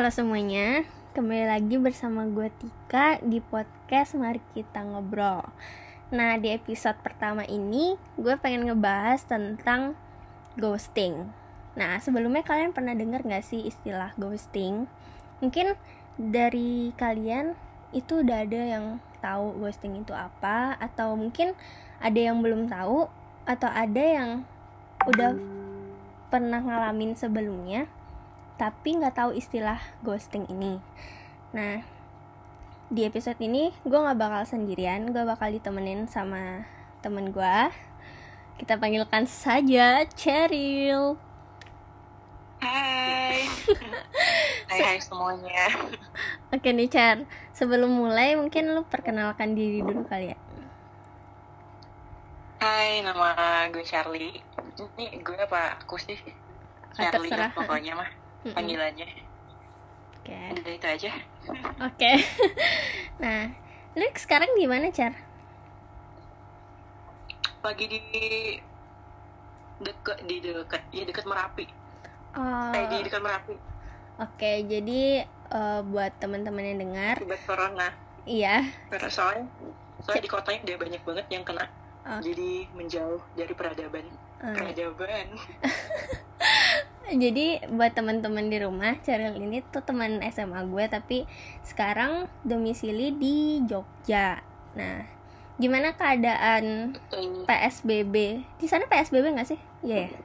Halo semuanya, kembali lagi bersama gue Tika di podcast Mari Kita Ngobrol. Nah, di episode pertama ini gue pengen ngebahas tentang ghosting. Nah, sebelumnya kalian pernah dengar gak sih istilah ghosting? Mungkin dari kalian itu udah ada yang tahu ghosting itu apa, atau mungkin ada yang belum tahu, atau ada yang udah pernah ngalamin sebelumnya tapi nggak tahu istilah ghosting ini. Nah, di episode ini gue nggak bakal sendirian, gue bakal ditemenin sama temen gue. Kita panggilkan saja Cheryl. Hai. Hai semuanya. Oke nih Cher, sebelum mulai mungkin lu perkenalkan diri dulu kali ya. Hai, nama gue Charlie. Ini gue apa aku sih? Charlie terserah. Pokoknya mah panggilannya. Oke. Udah itu aja. Oke. Nah, lu sekarang di mana, Cher? Lagi di dekat Merapi. Di dekat Merapi. Oke, jadi buat teman-teman yang dengar, Akibat corona. iya. Karena soalnya di kotanya udah banyak banget yang kena. Jadi menjauh dari peradaban. Jadi buat teman-teman di rumah, Cheryl ini tuh teman SMA gue tapi sekarang domisili di Jogja. Nah, gimana keadaan PSBB? Di sana PSBB nggak sih? Iya. Yeah.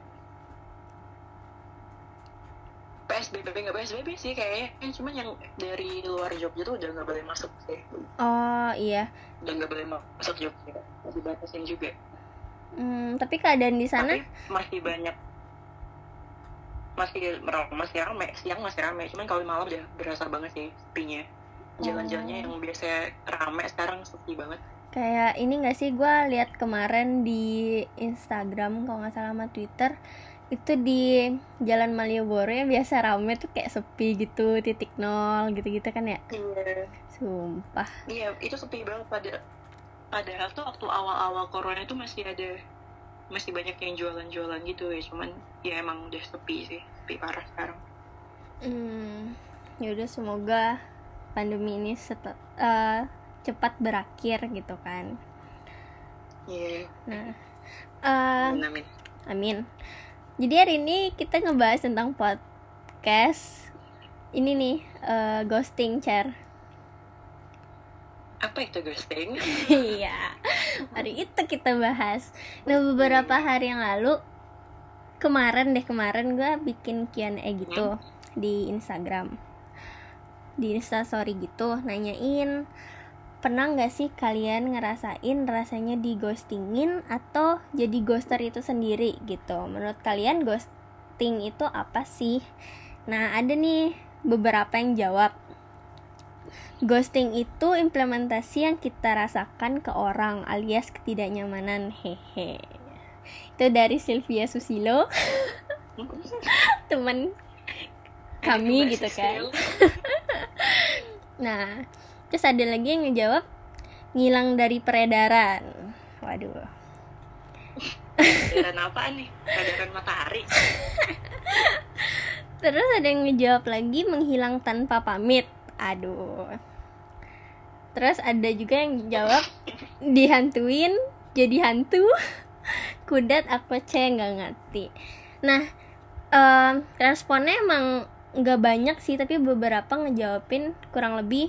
PSBB nggak PSBB sih kayaknya, cuman yang dari luar Jogja tuh udah nggak boleh masuk sih. Oh iya. Udah nggak boleh masuk Jogja, dibatasin juga. Tapi keadaan di sana masih banyak. Masih rame, siang masih rame, cuman kalau malam udah berasa banget sih sepinya. Jalan-jalannya yang biasa rame sekarang sepi banget. Kayak ini nggak sih, gue lihat kemarin di Instagram kalau nggak salah sama Twitter, itu di Jalan Malioboro yang biasa rame tuh kayak sepi gitu, 0 gitu-gitu kan ya? Iya. Sumpah. Iya, itu sepi banget padahal tuh waktu awal-awal corona itu masih banyak yang jualan-jualan gitu ya, cuman ya emang udah sepi parah sekarang. Ya udah, semoga pandemi ini cepat berakhir gitu kan. Iya. Nah, amin. Jadi hari ini kita ngebahas tentang podcast ini nih, ghosting, Cher. Apa itu ghosting? Iya, hari itu kita bahas. Nah, beberapa hari yang lalu, kemarin gue bikin Q&A gitu di Instagram, di Instastory gitu, nanyain pernah nggak sih kalian ngerasain rasanya di ghostingin atau jadi ghoster itu sendiri gitu. Menurut kalian ghosting itu apa sih? Nah, ada nih beberapa yang jawab, ghosting itu implementasi yang kita rasakan ke orang alias ketidaknyamanan. Hehe. Itu dari Sylvia Susilo, teman kami gitu kan. Nah, terus ada lagi yang ngejawab ngilang dari peredaran. Waduh. Peredaran apa nih? Peredaran matahari. Terus ada yang ngejawab lagi menghilang tanpa pamit. Aduh. Terus ada juga yang jawab dihantuin jadi hantu. Kudat aku nggak ngerti. Nah, responnya emang nggak banyak sih, tapi beberapa ngejawabin kurang lebih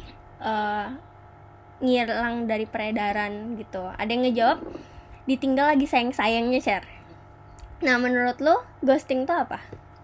ngilang dari peredaran gitu. Ada yang ngejawab ditinggal lagi sayang-sayangnya, Cher. Nah, menurut lo ghosting tuh apa?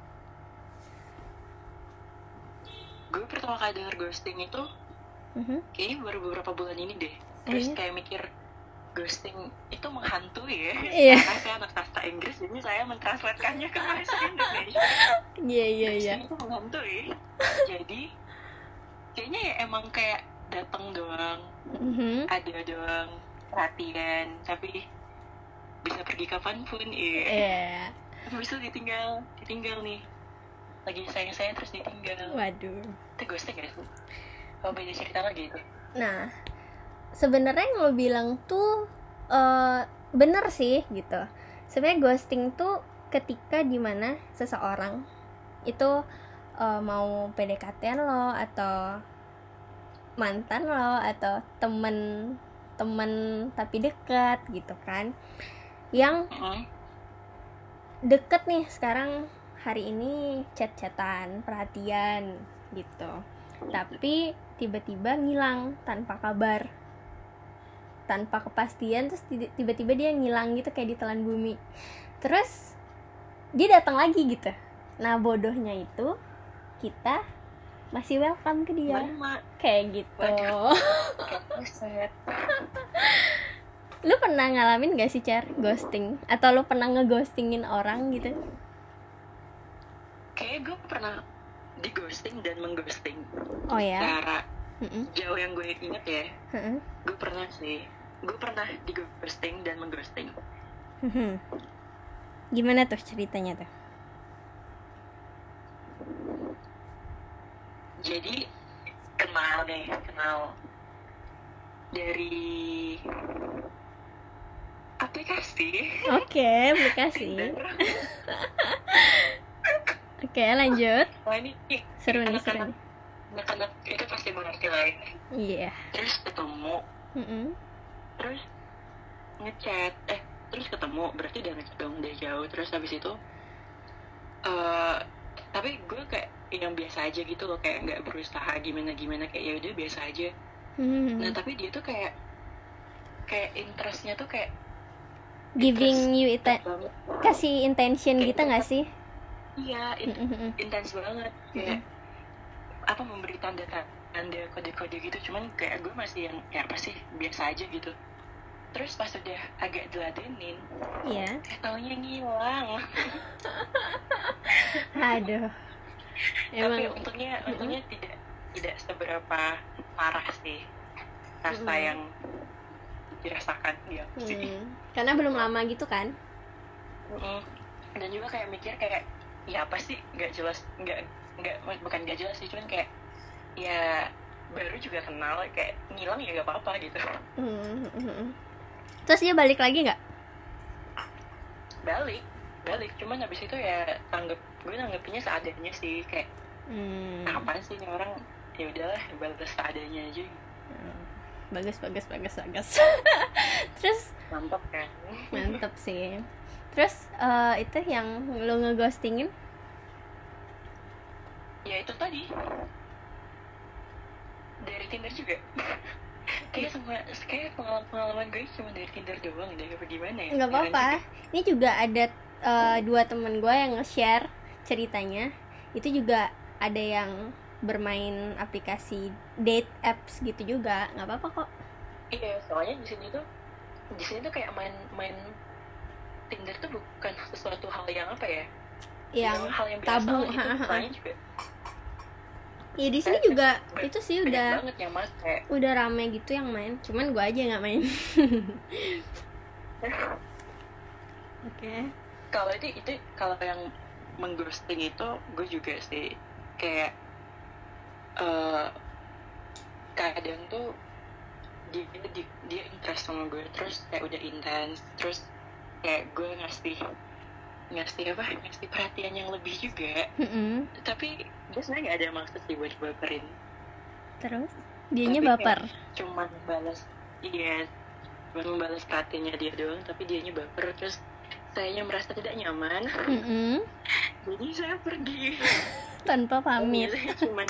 Gue pertama kali denger ghosting itu kayaknya baru beberapa bulan ini deh. Terus kayak mikir, ghosting itu menghantui ya. Karena saya anak sastra Inggris, jadi saya mentranslatekannya ke bahasa Indonesia. Iya. Ghosting itu menghantui. Jadi kayaknya ya emang kayak datang doang, ada doang perhatian, tapi bisa pergi kapanpun ya. Habis itu ditinggal nih. Lagi sayang-sayang terus ditinggal. Waduh. Itu ghosting gak sih? Kalau beda cerita lagi itu. Nah, sebenarnya yang lo bilang tuh bener sih gitu. Sebenarnya ghosting tuh ketika dimana seseorang itu mau PDKT-an lo atau mantan lo atau temen tapi dekat gitu kan, yang deket nih sekarang hari ini chat-chatan perhatian gitu, tapi tiba-tiba ngilang tanpa kabar, tanpa kepastian, terus tiba-tiba dia ngilang gitu kayak ditelan bumi, terus dia datang lagi gitu. Nah bodohnya itu kita masih welcome ke dia. Kayak gitu. Lu pernah ngalamin gak sih Cer ghosting? Atau lu pernah ngeghostingin orang gitu? Kayak gue pernah di ghosting dan mengghosting. Oh ya? Cara jauh yang gue inget ya, gue pernah di ghosting dan mengghosting. Gimana tuh ceritanya tuh? Jadi kenal dari aplikasi. Aplikasi. Oke, lanjut. Wah ini seru nih. Anak-anak itu pasti mengerti lah ya. Iya. Terus ketemu. Terus ngechat. Terus ketemu, berarti udah ngechat dong, udah jauh. Terus habis itu tapi gue kayak yang biasa aja gitu loh, kayak nggak berusaha gimana kayak ya udah biasa aja. Nah tapi dia tuh kayak interestnya tuh kayak giving you kasih intention kayak gitu nggak sih? Iya, intens banget, kayak apa, memberi tanda kode-kode gitu, cuman kayak gue masih yang ya apa sih, biasa aja gitu. Terus pas udah agak diladenin, taunya ngilang. Aduh. Tapi untungnya tidak seberapa parah sih rasa yang dirasakan dia sih. Karena belum lama gitu kan. Dan juga kayak mikir kayak ya apa sih, bukan nggak jelas sih, cuman kayak ya baru juga kenal, kayak ngilang ya nggak apa-apa gitu. Terus dia balik lagi nggak? Balik, cuman habis itu ya gue nanggepinnya seadanya sih, kayak apaan sih ini orang, ya udahlah balas seadanya aja. Bagus. Terus mantap sih. Terus itu yang lo ngeghostingin? Ya itu tadi dari Tinder juga. Kayak pengalaman gue cuma dari Tinder doang deh, apa gimana ya? Nggak apa-apa. Ini juga ada 2 temen gue yang nge-share ceritanya. Itu juga ada yang bermain aplikasi date apps gitu juga, nggak apa-apa kok. Iya, soalnya di sini tuh kayak main Tinder tuh bukan sesuatu hal yang apa ya? Yang hal yang biasa tabu. Juga. Ya di sini juga itu sih udah banget yang make. Udah rame gitu yang main, cuman gue aja nggak main. Oke. Kalau itu kalau yang mengghosting itu gue juga sih kayak kadang tuh dia interest sama gue, terus kayak udah intens, terus kayak gue ngasih perhatian yang lebih juga. Tapi gue sebenarnya nggak ada maksud sih buat baperin. Terus dianya baper, cuman balas perhatiannya dia doang, tapi dianya baper, terus sayanya merasa tidak nyaman. Jadi saya pergi tanpa pamit. Cuman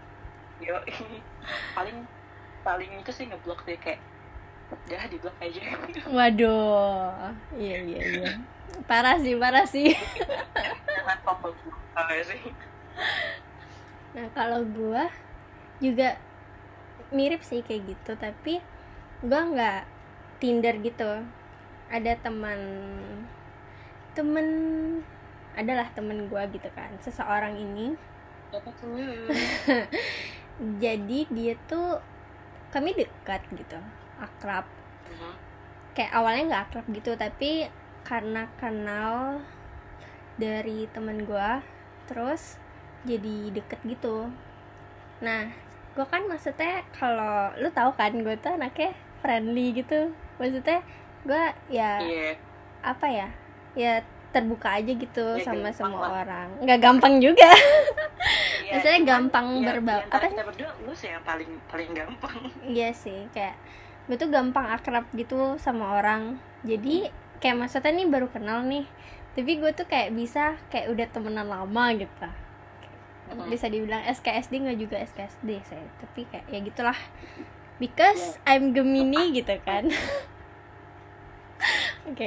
paling itu sih ngeblok deh, kayak udah diblok aja. Waduh, iya. Parah sih. Nah kalau gue juga mirip sih kayak gitu, tapi gue nggak Tinder gitu. Ada adalah temen gue gitu kan, seseorang ini. Jadi dia tuh, kami dekat gitu, akrab. Kayak awalnya nggak akrab gitu, tapi karena kenal dari temen gue, terus jadi deket gitu. Nah gue kan maksudnya, kalau lu tahu kan gue tuh anaknya friendly gitu, maksudnya gue ya apa ya terbuka aja gitu sama semua orang. Nggak gampang juga. maksudnya gampang apa kita berdua lu sih yang paling gampang. Iya sih, kayak gue tuh gampang akrab gitu sama orang. Jadi kayak maksudnya nih baru kenal nih, tapi gue tuh kayak bisa kayak udah temenan lama gitu. Bisa dibilang SKSD nggak juga SKSD saya, tapi kayak ya gitulah, because I'm Gemini gitu kan. Oke.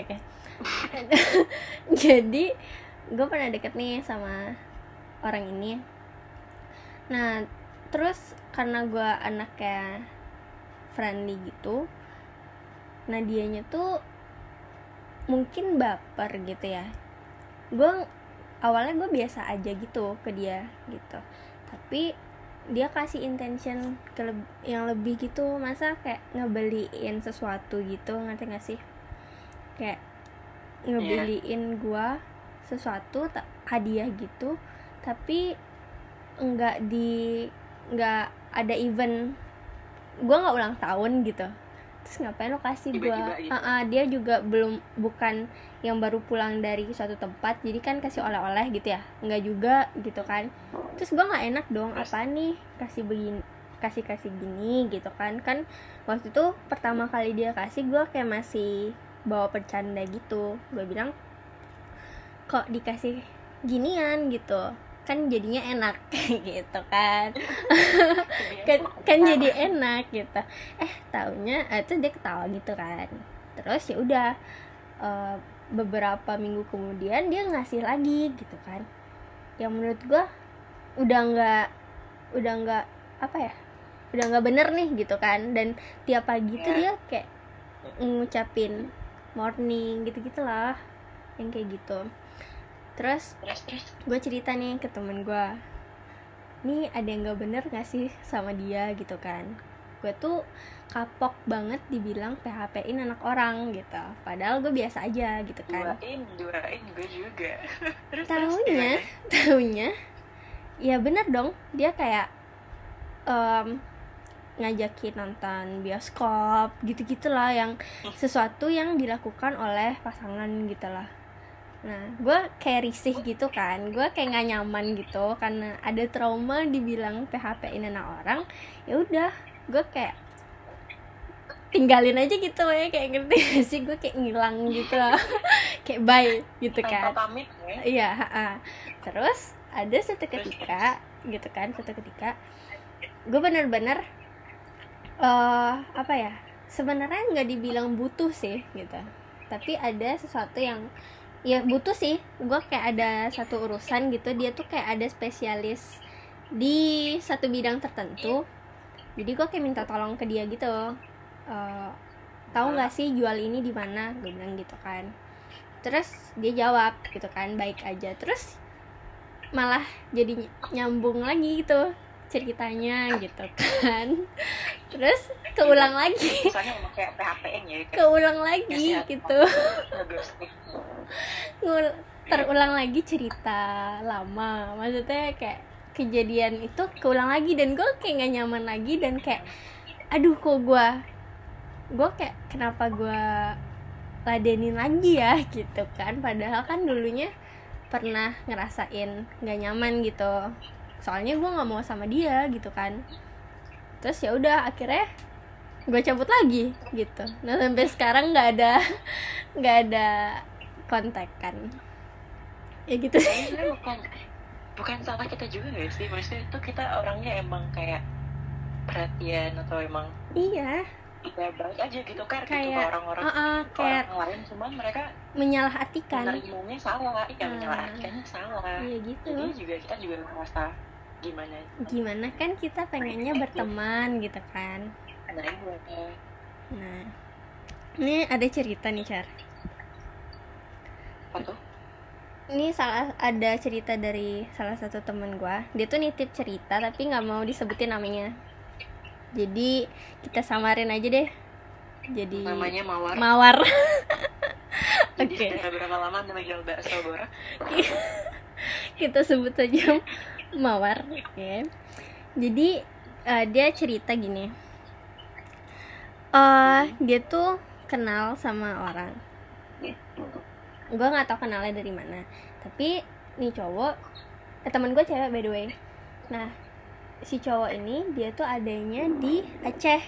Jadi gue pernah deket nih sama orang ini. Nah terus karena gue anaknya friendly gitu, nah dianya tuh mungkin baper gitu ya. Awalnya gue biasa aja gitu ke dia gitu, tapi dia kasih intention yang lebih gitu. Masa kayak ngebeliin sesuatu gitu, ngerti gak sih? Kayak ngebeliin gue sesuatu hadiah gitu, tapi nggak ada event gue, nggak ulang tahun gitu. Terus ngapain lo kasih gue gitu. Dia juga bukan yang baru pulang dari suatu tempat, jadi kan kasih oleh-oleh gitu ya, nggak juga gitu kan. Terus gue nggak enak dong, apa nih kasih gini gitu kan waktu itu pertama kali dia kasih, gue kayak masih bawa bercanda gitu. Gue bilang, kok dikasih ginian gitu kan jadinya enak gitu kan. kan jadi enak gitu. Taunya itu dia ketawa gitu kan. Terus ya udah, beberapa minggu kemudian dia ngasih lagi gitu kan, yang menurut gue udah nggak bener nih gitu kan. Dan tiap pagi tuh dia kayak ngucapin morning gitu-gitulah, yang kayak gitu. Terus gue cerita nih ke temen gue, nih ada yang gak bener gak sih sama dia gitu kan. Gue tuh kapok banget dibilang PHP-in anak orang gitu, padahal gue biasa aja gitu kan. Duain gue juga. Taunya ya bener dong, dia kayak ngajakin nonton bioskop gitu-gitulah, yang sesuatu yang dilakukan oleh pasangan gitulah. Nah gue kayak risih gitu kan, gue kayak nggak nyaman gitu karena ada trauma dibilang PHP-in anak orang. Ya udah, gue kayak tinggalin aja gitu ya, kayak ngerti gak sih, gue kayak ngilang gitu lah. Kayak bye gitu kan. Iya. Terus ada satu ketika gue bener-bener sebenarnya nggak dibilang butuh sih gitu, tapi ada sesuatu yang ya butuh sih. Gue kayak ada satu urusan gitu, dia tuh kayak ada spesialis di satu bidang tertentu, jadi gue kayak minta tolong ke dia gitu. Tahu nggak sih jual ini di mana, gue bilang gitu kan. Terus dia jawab gitu kan, baik aja. Terus malah jadi nyambung lagi gitu ceritanya gitu kan. Terus keulang lagi, keulang lagi gitu. Terulang lagi cerita lama, maksudnya kayak kejadian itu keulang lagi, dan gue kayak gak nyaman lagi. Dan kayak aduh, kok gue kayak kenapa gue ladenin lagi ya gitu kan. Padahal kan dulunya pernah ngerasain gak nyaman gitu, soalnya gue nggak mau sama dia gitu kan. Terus ya udah akhirnya gue cabut lagi gitu. Nah sampai sekarang nggak ada kontekan ya gitu sih. Bukan salah kita juga nggak sih, maksudnya itu kita orangnya emang kayak perhatian atau emang iya ya baik aja gitu kan, kayak gitu orang-orang kayak orang lain, cuman mereka menyalahartikan, menerimanya salah, menyalahartikannya salah. Iya gitu. Jadi kita juga merasa gimana kan, kita pengennya berteman gitu kan. Nah ini ada cerita nih, Char. Apa tuh? Ini ada cerita dari salah satu temen gue. Dia tuh nitip cerita tapi nggak mau disebutin namanya, jadi kita samarin aja deh. Jadi namanya Mawar. Jadi setelah berapa lama namanya bakso Bora? Kita sebut aja Mawar. Okay. Jadi dia cerita gini. Dia tuh kenal sama orang. Gue nggak tahu kenalnya dari mana. Tapi nih cowok, teman gue cewek by the way. Nah, si cowok ini dia tuh adanya di Aceh.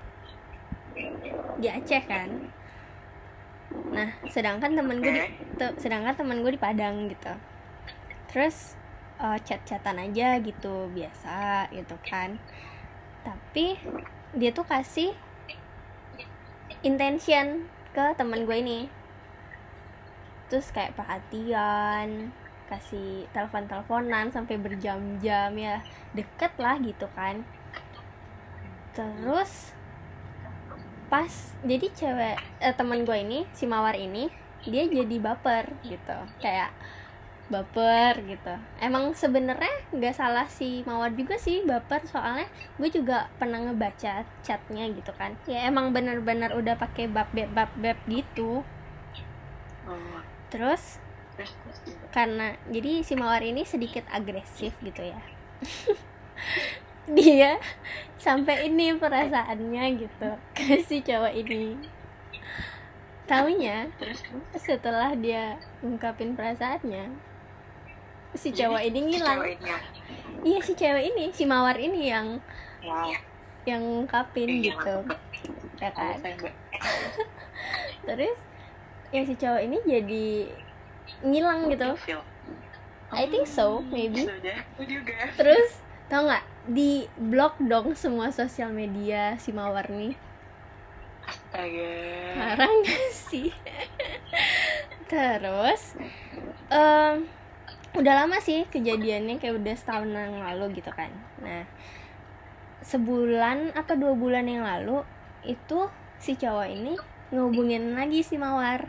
Di Aceh kan. Nah, sedangkan temen gue di Padang gitu. Terus chat-chatan aja gitu, biasa gitu kan. Tapi dia tuh kasih intention ke temen gue ini. Terus kayak perhatian, kasih telepon-teleponan sampai berjam-jam, ya deket lah gitu kan. Terus pas jadi temen gue ini, si Mawar ini, dia jadi baper gitu, kayak baper gitu. Emang sebenarnya nggak salah si Mawar juga sih baper, soalnya gue juga pernah ngebaca chatnya gitu kan. Ya emang bener-bener udah pakai bab beb gitu. Terus karena jadi si Mawar ini sedikit agresif gitu ya. Dia sampai ini perasaannya gitu ke si cowok ini. Taunya setelah dia ungkapin perasaannya, si cowok ini ngilang. Iya, si cewek ini, si Mawar ini yang ungkapin gitu, ya kan. Terus ya si cowok ini jadi ngilang gitu. I think so, maybe. Terus tau nggak, di blok dong semua sosial media si Mawar nih. Astaga, parah gak sih? Terus udah lama sih kejadiannya, kayak udah setahun yang lalu gitu kan. Nah, sebulan apa 2 bulan yang lalu itu si cowok ini ngehubungin lagi si Mawar.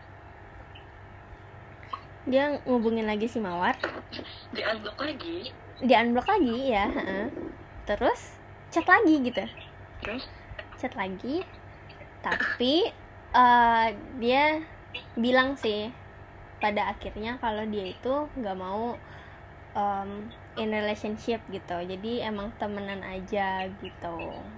Dia ngehubungin lagi si Mawar. Di unblock lagi ya. Terus chat lagi gitu. Chat lagi. Tapi dia bilang sih pada akhirnya kalau dia itu nggak mau in relationship gitu, jadi emang temenan aja gitu.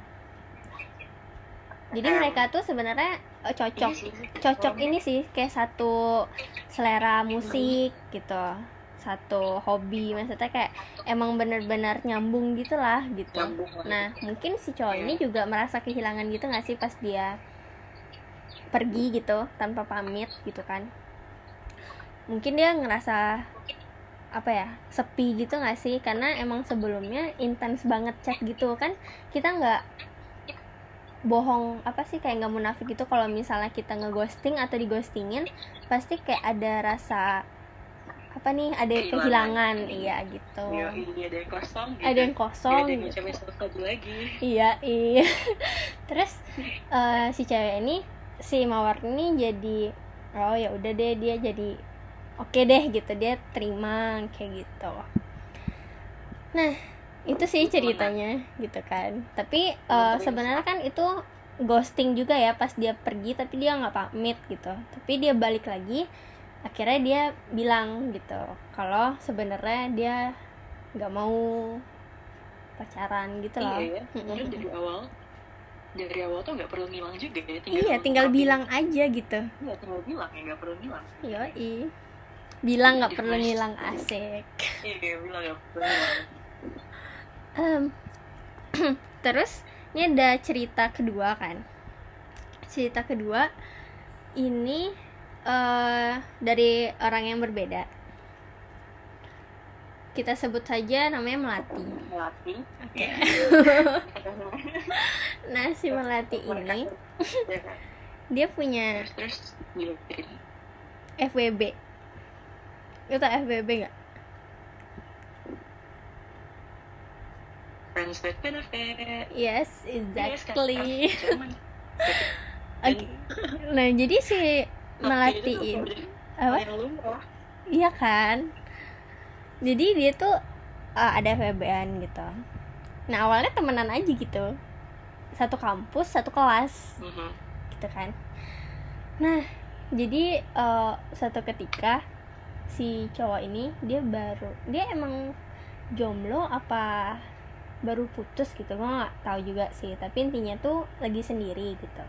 Jadi mereka tuh sebenarnya cocok ini sih, kayak satu selera musik gitu, satu hobi, maksudnya kayak emang benar-benar nyambung gitulah gitu. Nah, mungkin si cowok ini juga merasa kehilangan gitu nggak sih pas dia pergi gitu tanpa pamit gitu kan. Mungkin dia ngerasa apa ya, sepi gitu nggak sih, karena emang sebelumnya intens banget chat gitu kan. Kita nggak bohong apa sih, kayak nggak munafik gitu kalau misalnya kita ngeghosting atau dighostingin, pasti kayak ada rasa apa nih, ada kehilangan. Iya gitu. Ada yang kosong gitu. Iya. Terus si cewek ini, si Mawar ini jadi oh ya udah deh, dia jadi oke deh gitu, dia terima kayak gitu. Nah, itu sih ceritanya gitu kan. Tapi sebenarnya kan itu ghosting juga ya, pas dia pergi tapi dia nggak pamit gitu. Tapi dia balik lagi, akhirnya dia bilang gitu kalau sebenarnya dia nggak mau pacaran gitu loh. Iya, dari awal tuh nggak perlu ngilang juga ya, tinggal bilang aja gitu. Iya, tinggal bilang ya, nggak perlu ngilang. Yoi, bilang nggak perlu ngilang, asik. Iya, bilang nggak perlu ngilang. Terus ini ada cerita kedua kan. Cerita kedua ini dari orang yang berbeda. Kita sebut saja namanya Melati. Oke. Nah, si Melati ini dia punya FWB. Itu FWB nggak? Friends with benefit. Yes, exactly. Okay. Nah, jadi si Melati ini apa? Iya kan? Jadi dia tuh ada FWB-an gitu. Nah, awalnya temenan aja gitu, satu kampus, satu kelas, gitu kan. Nah, jadi suatu ketika si cowok ini dia emang jomblo apa baru putus gitu, gue nggak tahu juga sih. Tapi intinya tuh lagi sendiri gitu.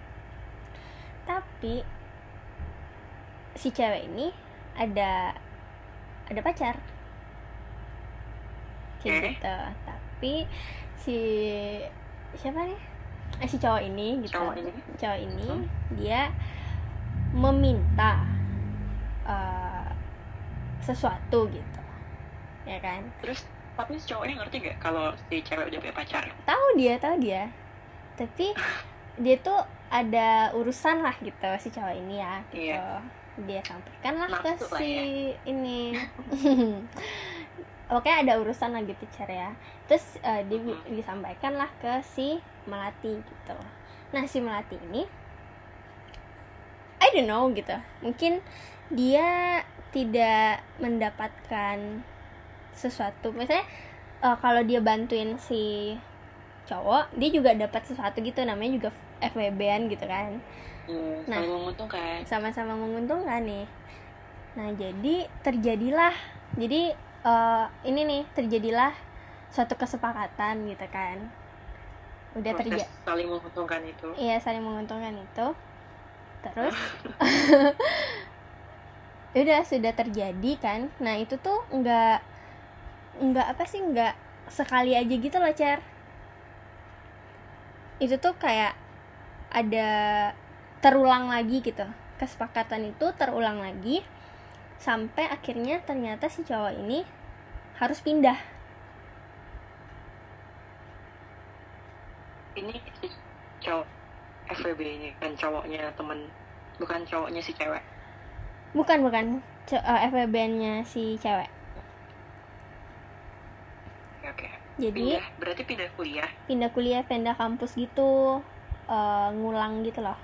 Tapi si cewek ini ada pacar kayak gitu. Tapi si siapa nih, si cowok ini gitu, cowok ini dia meminta sesuatu gitu, ya kan. Terus tapi si cowoknya ngerti gak kalau si cewek udah punya pacar? Tahu dia tapi dia tuh ada urusan lah gitu si cowok ini ya gitu. Dia sampaikan lah ke si ini oke ada urusan lah gitu ya. Terus dia disampaikan lah ke si Melati gitu. Nah si Melati ini I don't know gitu, mungkin dia tidak mendapatkan sesuatu. Misalnya kalau dia bantuin si cowok, dia juga dapat sesuatu gitu, namanya juga FWB-an gitu kan. Nah, menguntungkan. Sama-sama menguntungkan nih. Nah, jadi terjadilah terjadilah suatu kesepakatan gitu kan. Udah terjadi saling menguntungkan itu. Iya, saling menguntungkan itu. Terus udah sudah terjadi kan. Nah, itu tuh enggak sekali aja gitu loh, Cer. Itu tuh kayak ada terulang lagi gitu, kesepakatan itu terulang lagi sampai akhirnya ternyata si cowok ini harus pindah. Ini si cowok FWB ini kan cowoknya temen, bukan cowoknya si cewek. Bukan FWB-nya si cewek. Oke. Jadi berarti pindah kuliah, pindah kampus gitu, ngulang gitu loh.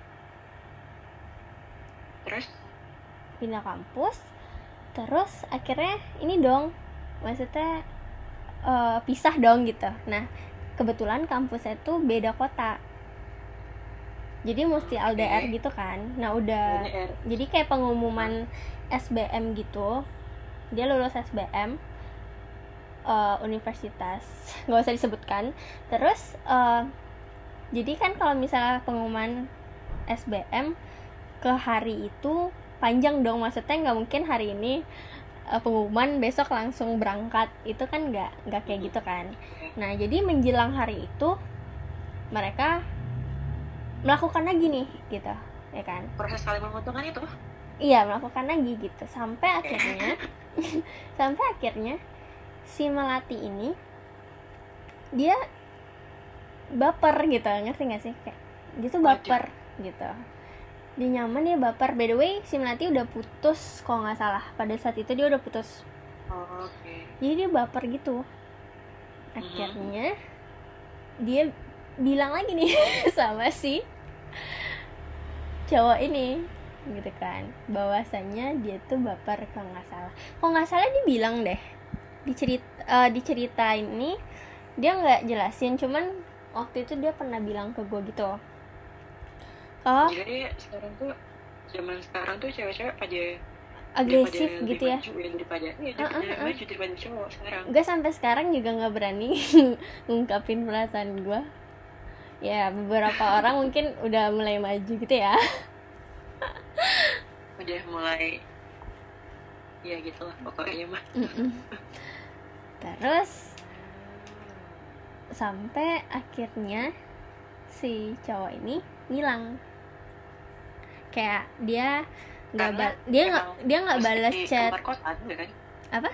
Terus pindah kampus, terus akhirnya ini dong, maksudnya pisah dong gitu. Nah kebetulan kampusnya tuh beda kota, jadi mesti LDR gitu kan. Nah udah LDR. Jadi kayak pengumuman SBM gitu, dia lulus SBM universitas nggak usah disebutkan. Terus jadi kan kalau misalnya pengumuman SBM ke hari itu panjang dong, maksudnya nggak mungkin hari ini pengumuman besok langsung berangkat, itu kan nggak kayak gitu kan. Nah jadi menjelang hari itu mereka melakukan lagi nih gitu, ya kan, proses saling menguntungkan itu. Iya, melakukan lagi gitu sampai akhirnya si Melati ini dia baper gitu, ngerti nggak sih, kayak dia tuh baper gitu. Dia nyaman, dia baper. By the way si Melati udah putus kalau nggak salah, pada saat itu dia udah putus. Jadi dia baper gitu. Akhirnya dia bilang lagi nih sama si cowok ini gitu kan, bahwasannya dia tuh baper kalau nggak salah dia bilang deh diceritain ini, dia nggak jelasin, cuman waktu itu dia pernah bilang ke gue gitu. Jadi zaman sekarang tuh cewek-cewek pada agresif gitu ya. Daripada cowok sekarang. Gue sampai sekarang juga nggak berani ngungkapin perasaan gue. Ya beberapa orang mungkin udah mulai maju gitu ya. Udah mulai ya gitulah pokoknya mah. Terus sampai akhirnya si cowok ini ngilang, kayak dia nggak balas chat. Kan? Apa?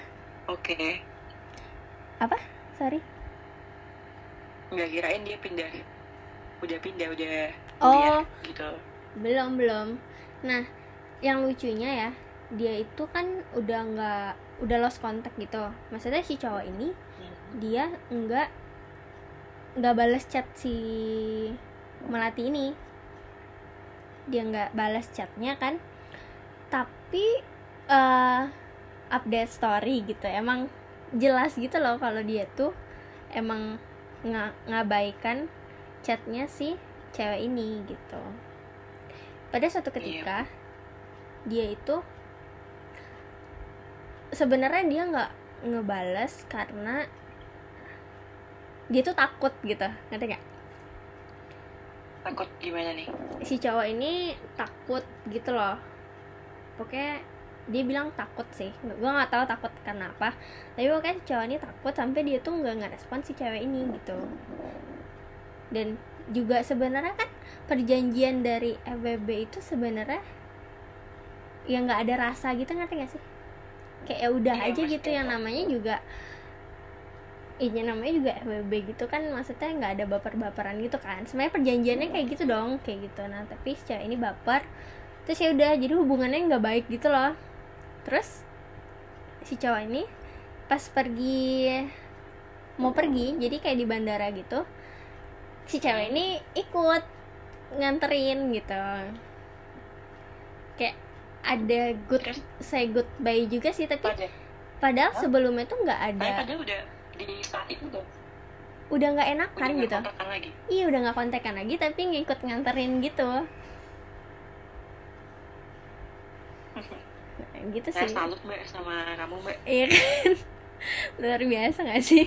Apa? Sorry. Nggak kirain dia udah pindah gitu. Belum. Nah, yang lucunya ya, dia itu kan udah lost contact gitu. Maksudnya si cowok ini dia nggak balas chat si Melati ini. Dia nggak balas chatnya kan, tapi update story gitu. Emang jelas gitu loh kalau dia tuh emang ngabaikan chatnya si cewek ini gitu. Pada suatu ketika dia itu sebenarnya dia nggak ngebales karena dia tuh takut gitu, ngerti gak? Takut gimana nih? Si cowok ini takut gitu loh, pokoknya dia bilang takut sih, gue nggak tahu takut karena apa, tapi pokoknya si cowok ini takut sampai dia tuh nggak ngerespon si cewek ini gitu. Dan juga sebenarnya kan perjanjian dari FWB itu sebenarnya ya nggak ada rasa gitu, ngerti gak sih? Kayak ya udah aja gitu, yang namanya juga namanya juga FWB gitu kan, maksudnya nggak ada baper-baperan gitu kan, sebenarnya perjanjiannya kayak gitu dong, kayak gitu. Nah tapi si cewek ini baper, terus ya udah jadi hubungannya nggak baik gitu loh. Terus si cowok ini pas mau pergi jadi kayak di bandara gitu, si cewek ini ikut nganterin gitu, kayak ada say goodbye juga sih, tapi padahal sebelumnya tuh nggak ada, padahal udah di saat itu udah nggak enakan udah gitu, iya udah nggak kontekan lagi, tapi ngikut nganterin gitu. Gitu sih. Saya salut Mbak sama kamu Mbak. Iya kan, luar biasa nggak sih?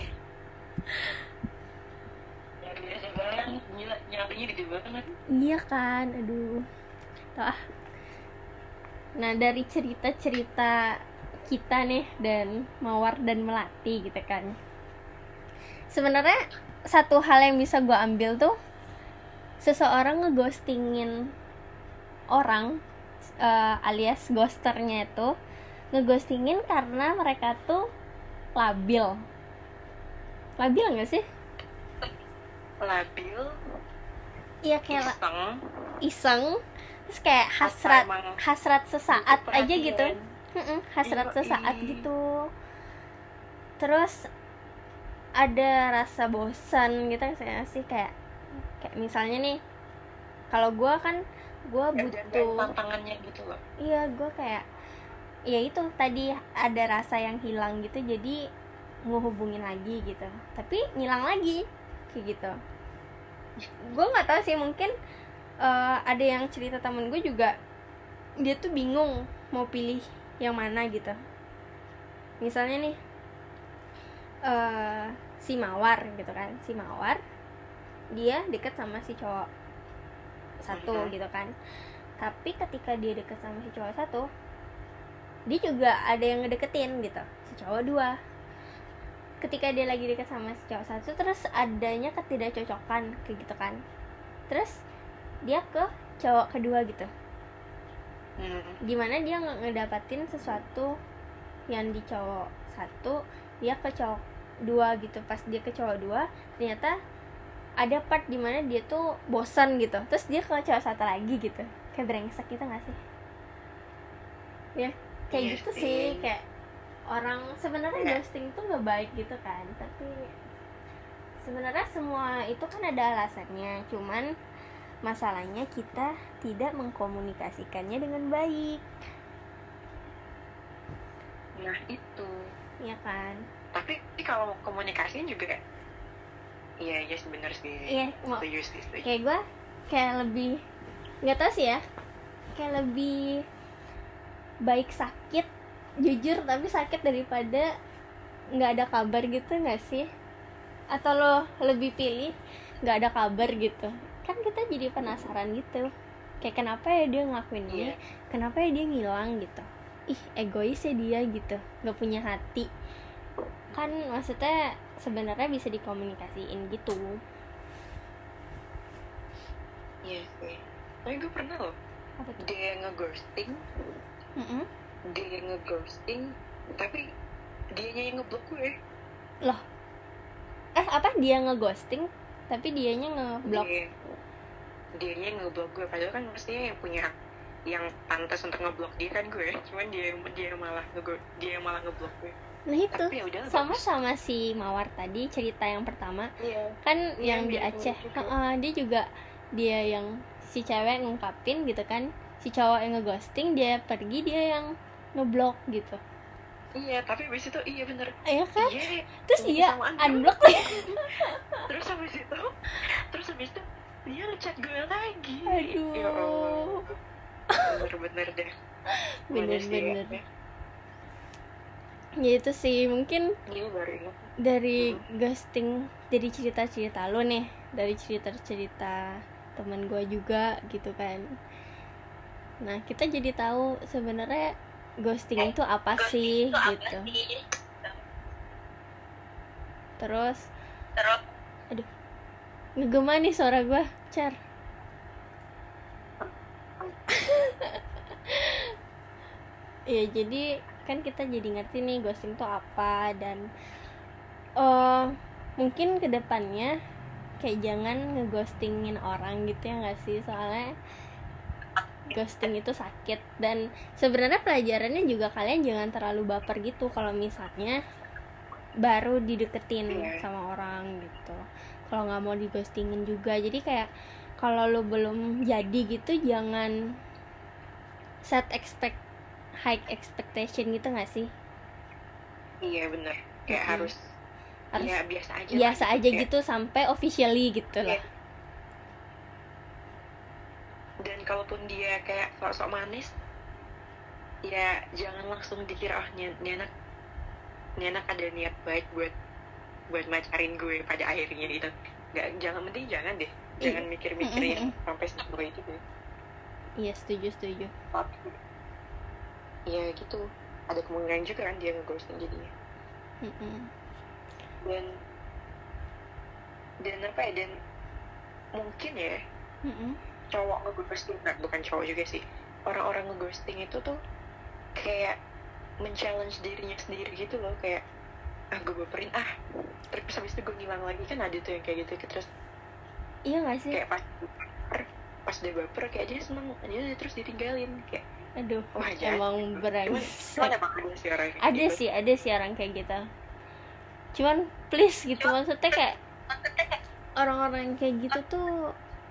Luar biasa banget, gila, nyampinya gede banget. Iya kan, aduh. Tuh. Nah dari cerita-cerita kita nih dan Mawar dan Melati gitu kan, sebenarnya satu hal yang bisa gue ambil tuh, seseorang ngeghostingin orang, alias ghosternya itu ngeghostingin karena mereka tuh labil nggak sih? Labil, iya kayak iseng, terus kayak hasrat sesaat aja gitu, hasrat sesaat gitu, terus ada rasa bosan gitu sih, kayak misalnya nih, kalau gue kan gue butuh tantangannya gitu loh. Iya, gue kayak ya itu tadi ada rasa yang hilang gitu, jadi ngehubungin lagi gitu, tapi ngilang lagi kayak gitu. Gue nggak tahu sih, mungkin ada yang cerita temen gue juga, dia tuh bingung mau pilih yang mana gitu. Misalnya nih si Mawar gitu kan, si Mawar dia deket sama si cowok satu gitu kan, tapi ketika dia deket sama si cowok satu, dia juga ada yang ngedeketin gitu, si cowok dua. Ketika dia lagi deket sama si cowok satu, terus adanya ketidakcocokan kayak gitu kan, terus dia ke cowok kedua gitu, gimana dia ngedapatin sesuatu yang di cowok satu, dia ke cowok dua gitu. Pas dia ke cowok dua, ternyata ada part dimana dia tuh bosan gitu, terus dia ke cowok satu lagi gitu, kayak brengsek gitu nggak sih? Ya kayak gitu sih, kayak orang sebenarnya ghosting tuh nggak baik gitu kan, tapi sebenarnya semua itu kan ada alasannya, cuman masalahnya kita tidak mengkomunikasikannya dengan baik. Nah itu ya kan, tapi kalau komunikasinya juga iya sebenarnya sih. Iya, setuju. Kayak gue kayak lebih nggak tahu sih ya, kayak lebih baik sakit jujur tapi sakit daripada nggak ada kabar gitu nggak sih? Atau lo lebih pilih nggak ada kabar gitu? Kan kita jadi penasaran gitu, kayak kenapa ya dia ngelakuin ini, kenapa ya dia ngilang gitu. Ih, egois ya dia gitu, nggak punya hati kan. Maksudnya sebenarnya bisa dikomunikasiin gitu. Iya sih, tapi gue pernah loh dia ngeghosting, dia ngeghosting tapi dianya yang ngeblok gue loh. Apa dia ngeghosting tapi dianya ngeblok? dianya yang ngeblok gue, padahal kan mestinya yang punya yang pantas untuk ngeblok dia kan gue, cuman dia malah ngeblok gue. Nah itu sama si Mawar tadi cerita yang pertama, kan yang di Aceh, dia juga dia yang si cewek ngungkapin gitu kan, si cowok yang ngeghosting, dia pergi, dia yang ngeblok gitu. Iya, tapi abis itu iya bener. Iya kan? Terus dia unblock terus abis itu dia ngechat gue lagi. Aduh. Ya Allah. Bener-bener deh. Bener-bener. Ya itu sih mungkin dari ghosting, dari cerita-cerita lo nih, dari cerita-cerita teman gue juga gitu kan. Nah kita jadi tahu sebenarnya ghosting itu apa sih gitu. Terus aduh, ngegema nih suara gue, Cer. Ya jadi kan kita jadi ngerti nih ghosting itu apa, dan mungkin kedepannya kayak jangan ngeghostingin orang gitu ya nggak sih, soalnya ghosting itu sakit. Dan sebenarnya pelajarannya juga kalian jangan terlalu baper gitu kalau misalnya baru dideketin sama orang gitu, kalau nggak mau dighostingin juga. Jadi kayak kalau lo belum jadi gitu jangan set high expectation gitu nggak sih? Iya benar, kayak harus ya biasa aja gitu sampai officially gitu lah. Dan kalaupun dia kayak sok-sok manis, ya jangan langsung dikira ini anak ada niat baik buat macarin gue pada akhirnya gitu. Jangan deh, jangan mikir-mikirin sampai segitu itu deh. Iya, setuju. Iya gitu, ada kemungkinan juga kan dia nge-ghosting jadinya. Dan apa ya, dan mungkin ya cowok nge-ghosting, bukan cowok juga sih, orang-orang nge-ghosting itu tuh kayak men-challenge dirinya sendiri gitu loh, kayak gue baperin terus habis itu gue ngilang lagi. Kan ada tuh yang kayak gitu, terus iya nggak sih, kayak pas dia baper kayak dia seneng aja terus ditinggalin, kayak aduh, emang brengsek. Ada sih orang kayak gitu. Cuman please gitu, maksudnya kayak orang-orang yang kayak gitu tuh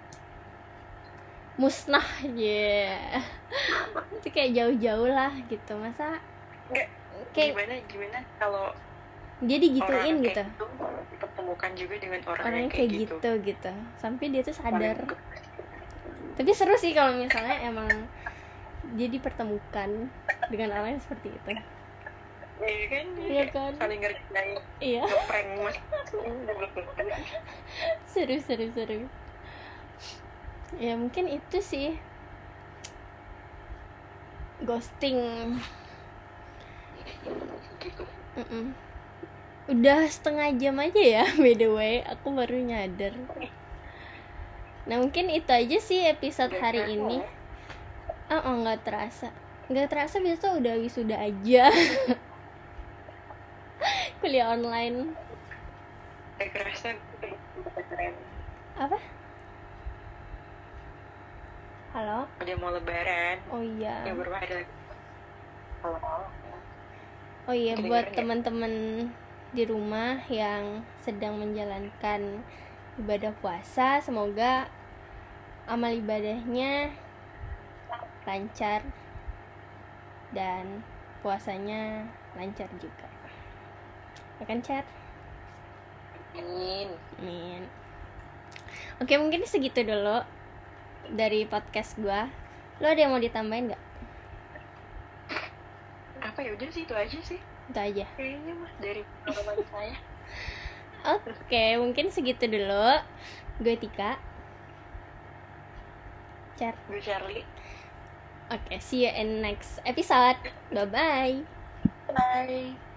musnah aja. Itu kayak jauh-jauh lah gitu. Masa kayak gimana kalau dia digituin gitu, dipertemukan juga dengan orang yang kayak gitu sampai dia tuh sadar. Tapi seru sih kalau misalnya emang dia dipertemukan dengan orang yang seperti itu. Iya kan? Saling ngerjain. Iya. Ngeprank mas. Seru. Ya mungkin itu sih ghosting. Gitu. Udah setengah jam aja ya, by the way, aku baru nyadar. Nah mungkin itu aja sih episode hari ini. Nggak terasa biasa udah wisuda aja. Kuliah online. Gak kerasa apa? Halo? Udah mau lebaran. Oh iya. Yang berubah ada. Oh iya, buat teman-teman di rumah yang sedang menjalankan ibadah puasa, semoga amal ibadahnya lancar dan puasanya lancar juga. Ya kan, Chat? Amin. Oke, mungkin segitu dulu dari podcast gua. Lo ada yang mau ditambahin nggak? Apa ya, udah sih, itu aja sih. Itu aja. Kayaknya mah dari pengalaman saya. Oke, mungkin segitu dulu. Gue Tika. Gue Charlie. Oke, see you in next episode. Bye-bye. Bye.